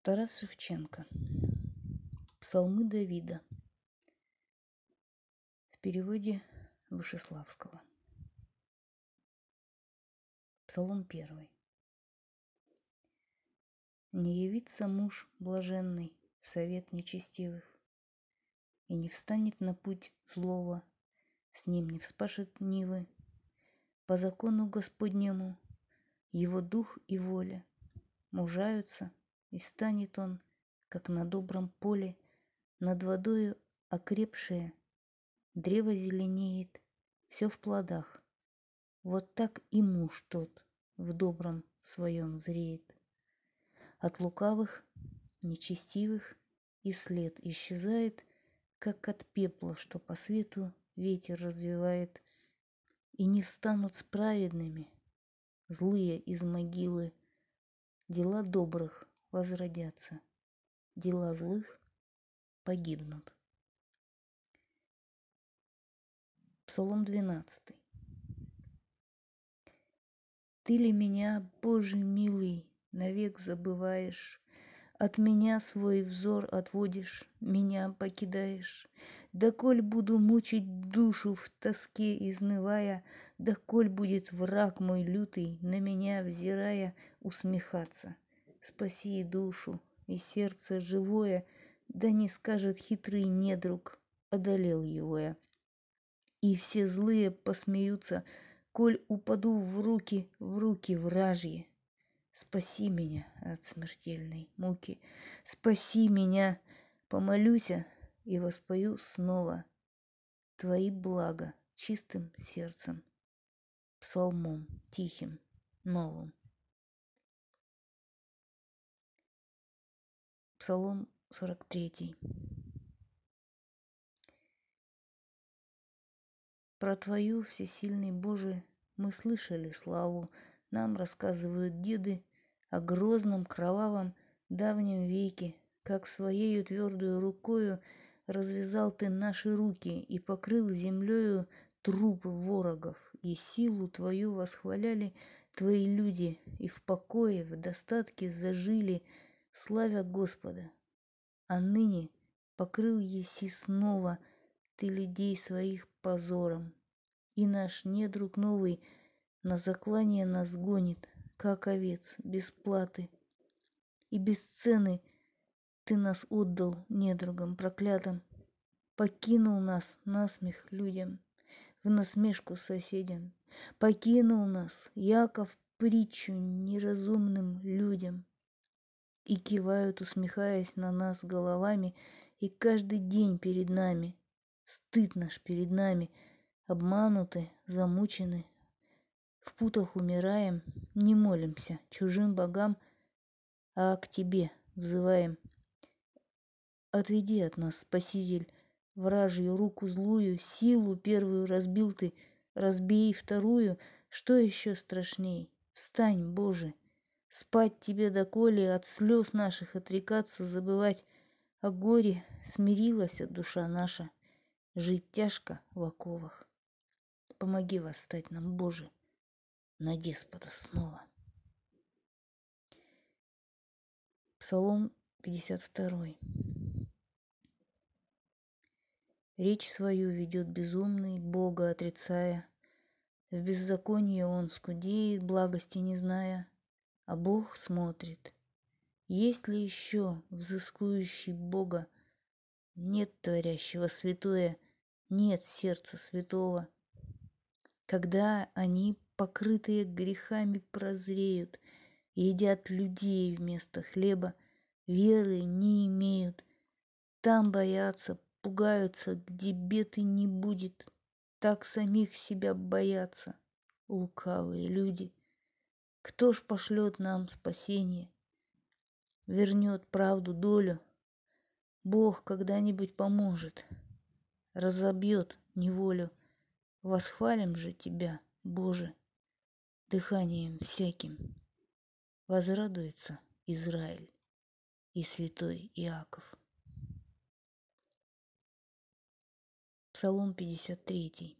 Тарас Шевченко. Псалмы Давида. В переводе Вышеславского. Псалом 1. Не явится муж блаженный в совет нечестивых, и не встанет на путь злого, с ним не вспашет нивы. По закону Господнему его дух и воля мужаются, и станет он, как на добром поле, над водою окрепшее, древо зеленеет, все в плодах. Вот так и муж тот в добром своем зреет. От лукавых, нечестивых и след исчезает, как от пепла, что по свету ветер развивает. И не встанут с праведными злые из могилы. Дела добрых возродятся, дела злых погибнут. Псалом 12. Ты ли меня, Боже милый, навек забываешь? От меня свой взор отводишь, меня покидаешь. Доколь буду мучить душу в тоске изнывая, доколь будет враг мой лютый, на меня взирая, усмехаться. Спаси душу и сердце живое, да не скажет хитрый недруг, одолел его я. И все злые посмеются, коль упаду в руки вражьи. Спаси меня от смертельной муки, спаси меня, помолюся и воспою снова Твои блага чистым сердцем, псалмом тихим, новым. Псалом 43. Про Твою, всесильный Боже, мы слышали славу, нам рассказывают деды о грозном, кровавом, давнем веке, как своею твердую рукою развязал Ты наши руки и покрыл землею трупы ворогов, и силу Твою восхваляли Твои люди, и в покое, в достатке зажили, славя Господа. А ныне покрыл еси снова Ты людей своих позором, и наш недруг новый на заклание нас гонит, как овец, без платы. И без цены Ты нас отдал недругам проклятым, покинул нас насмех людям, в насмешку соседям, покинул нас, Яков, притчу неразумным людям. И кивают, усмехаясь на нас головами, и каждый день перед нами, стыд наш перед нами, обмануты, замучены, в путах умираем, не молимся чужим богам, а к Тебе взываем. Отведи от нас, Спаситель, вражью руку злую, силу первую разбил Ты, разбей вторую, что еще страшней? Встань, Боже, спать Тебе доколе, от слез наших отрекаться, забывать о горе, смирилась душа наша, жить тяжко в оковах. Помоги восстать нам, Боже, на деспота снова. Псалом 52. Речь свою ведет безумный, Бога отрицая. В беззаконии он скудеет, благости не зная, а Бог смотрит. Есть ли еще взыскующий Бога? Нет творящего святое, нет сердца святого. Когда они, покрытые грехами, прозреют, едят людей вместо хлеба, веры не имеют, там боятся, пугаются, где беды не будет, так самих себя боятся, лукавые люди. Кто ж пошлет нам спасение, вернет правду долю? Бог когда-нибудь поможет, разобьет неволю. Восхвалим же Тебя, Боже, дыханием всяким. Возрадуется Израиль и святой Иаков. Псалом 53.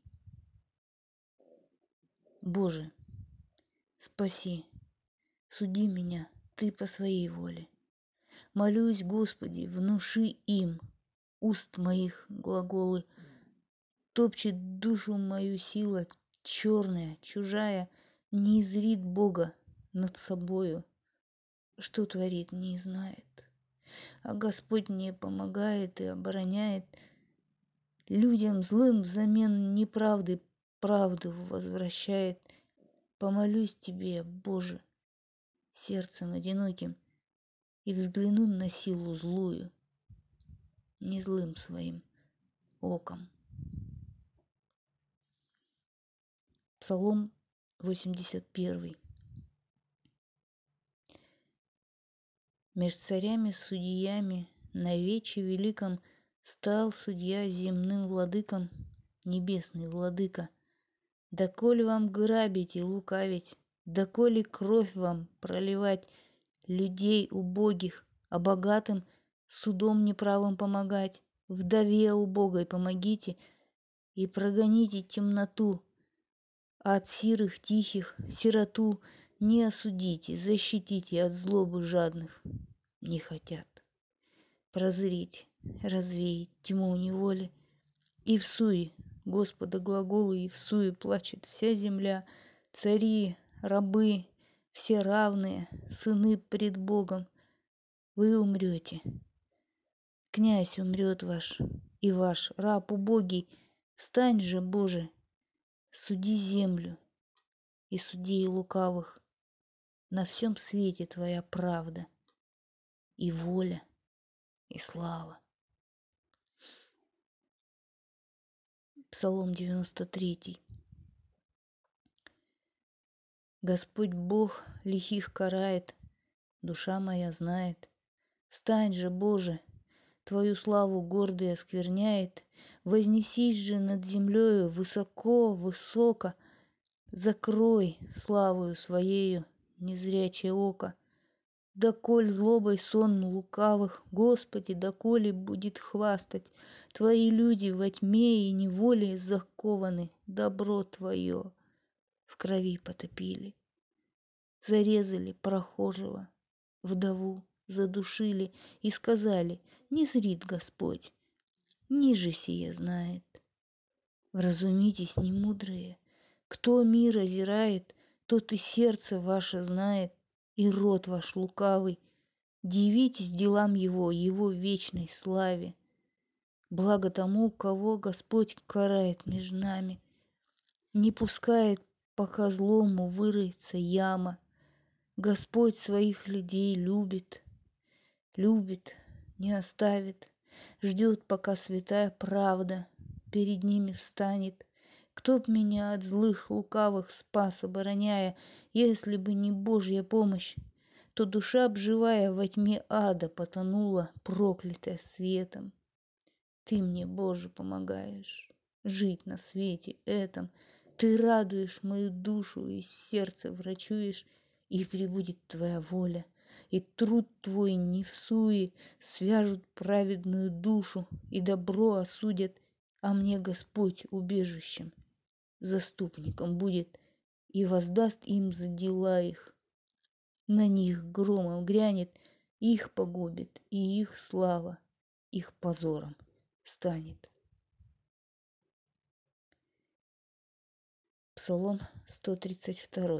Боже, спаси, суди меня Ты по своей воле. Молюсь, Господи, внуши им уст моих глаголы. Топчет душу мою сила черная, чужая, не зрит Бога над собою. Что творит, не знает. А Господь мне помогает и обороняет. Людям злым взамен неправды правду возвращает. Помолюсь Тебе, Боже, сердцем одиноким, и взгляну на силу злую, не злым своим оком. Псалом 81. Меж царями-судьями на вече великом стал судья земным владыкам, небесный владыка. Доколе вам грабить и лукавить, доколе кровь вам проливать, людей убогих, а богатым судом неправым помогать, вдове убогой помогите и прогоните темноту, а от сирых тихих сироту не осудите, защитите от злобы жадных. Не хотят прозреть, развеять тьму неволи. И в суе Господа глаголы, и в суе плачет вся земля, цари, рабы, все равные, сыны пред Богом. Вы умрете, князь умрет ваш, и ваш раб убогий. Встань же, Боже, суди землю и суди лукавых. На всем свете Твоя правда и воля, и слава. Псалом 93. Господь Бог лихих карает, душа моя знает. Встань же, Боже, Твою славу гордый оскверняет. Вознесись же над землею высоко, высоко. Закрой славою Своею незрячее око. Доколь злобой сон лукавых, Господи, доколе будет хвастать. Твои люди во тьме и неволе закованы, добро Твое в крови потопили. Зарезали прохожего, вдову задушили и сказали: не зрит Господь, ниже сие знает. Вразумитесь, немудрые, кто мир озирает, тот и сердце ваше знает, и рот ваш лукавый. Дивитесь делам его вечной славе. Благо тому, кого Господь карает между нами, не пускает, пока злому выроется яма. Господь своих людей любит, любит, не оставит, ждет, пока святая правда перед ними встанет. Кто б меня от злых лукавых спас, обороняя, если бы не Божья помощь, то душа б живая во тьме ада потонула, проклятая светом. Ты мне, Боже, помогаешь жить на свете этом. Ты радуешь мою душу и сердце врачуешь, и пребудет Твоя воля. И труд Твой не в суе свяжут праведную душу, и добро осудят, а мне Господь убежищем, заступником будет, и воздаст им за дела их. На них громом грянет, их погубит, и их слава их позором станет. Псалом 132.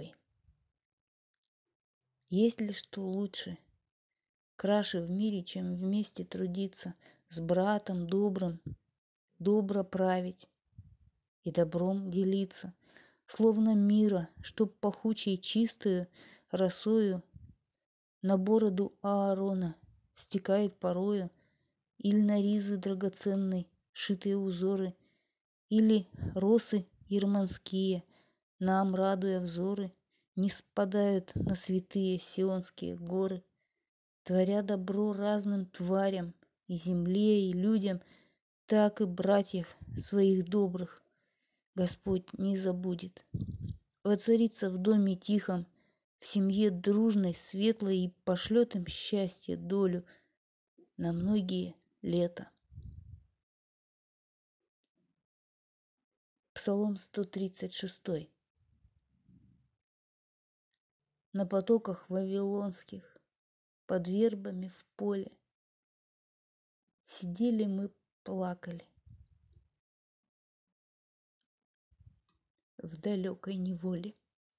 Есть ли что лучше, краше в мире, чем вместе трудиться с братом добрым, добро править и добром делиться, словно мира, чтоб пахучей чистую росою на бороду Аарона стекает порою, или на ризы драгоценной шитые узоры, или росы ерманские, нам, радуя взоры, не спадают на святые сионские горы, творя добро разным тварям, и земле, и людям, так и братьев своих добрых Господь не забудет. Воцарится в доме тихом, в семье дружной, светлой, и пошлет им счастье, долю на многие лета. Псалом 136. На потоках вавилонских под вербами в поле. Сидели мы, плакали в далекой неволе.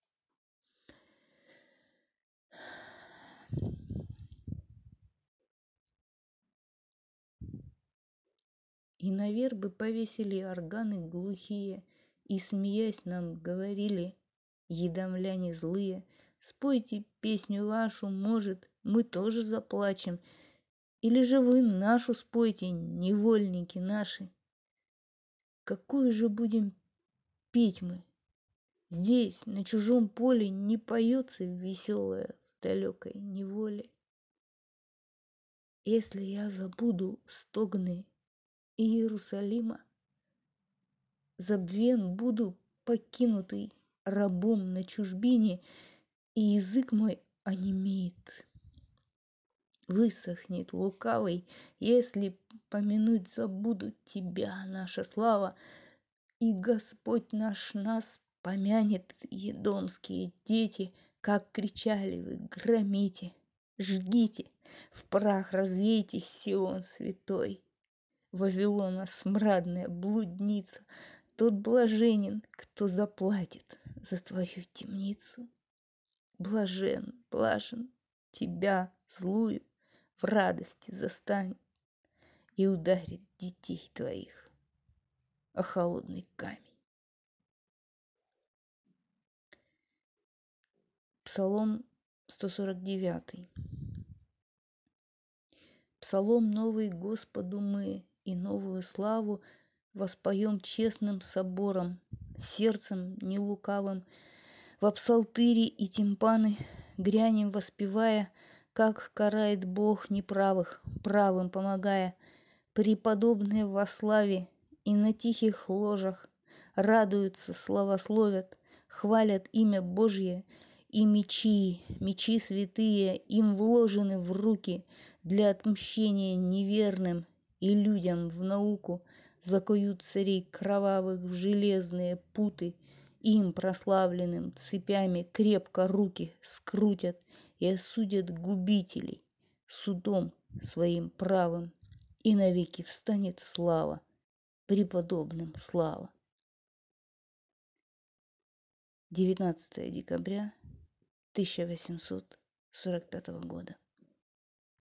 И на вербы повесили органы глухие, и, смеясь, нам говорили, едомляне злые, спойте песню вашу, может, мы тоже заплачем, или же вы нашу спойте, невольники наши. Какую же будем петь мы? Здесь, на чужом поле, не поется веселое в далекой неволе. Если я забуду стогны Иерусалима, забвен буду покинутый рабом на чужбине, и язык мой онемеет. Высохнет лукавый, если помянуть забуду тебя, наша слава, и Господь наш нас помянет, едомские дети, как кричали вы, громите, жгите, в прах развейте, Сион святой. Вавилона смрадная блудница, тот блаженен, кто заплатит за твою темницу. Блажен, блажен, тебя, злую, в радости застанет и ударит детей твоих о холодный камень. Псалом 149. Псалом новый Господу мы, и новую славу воспоем честным собором, сердцем нелукавым, во псалтыри и тимпаны грянем, воспевая, как карает Бог неправых, правым помогая, преподобные во славе и на тихих ложах радуются, славословят, хвалят имя Божье, и мечи святые им вложены в руки для отмщения неверным, и людям в науку закуют царей кровавых в железные путы, им прославленным цепями крепко руки скрутят и осудят губителей судом своим правым, и навеки встанет слава, преподобным слава. 19 декабря 1845 года.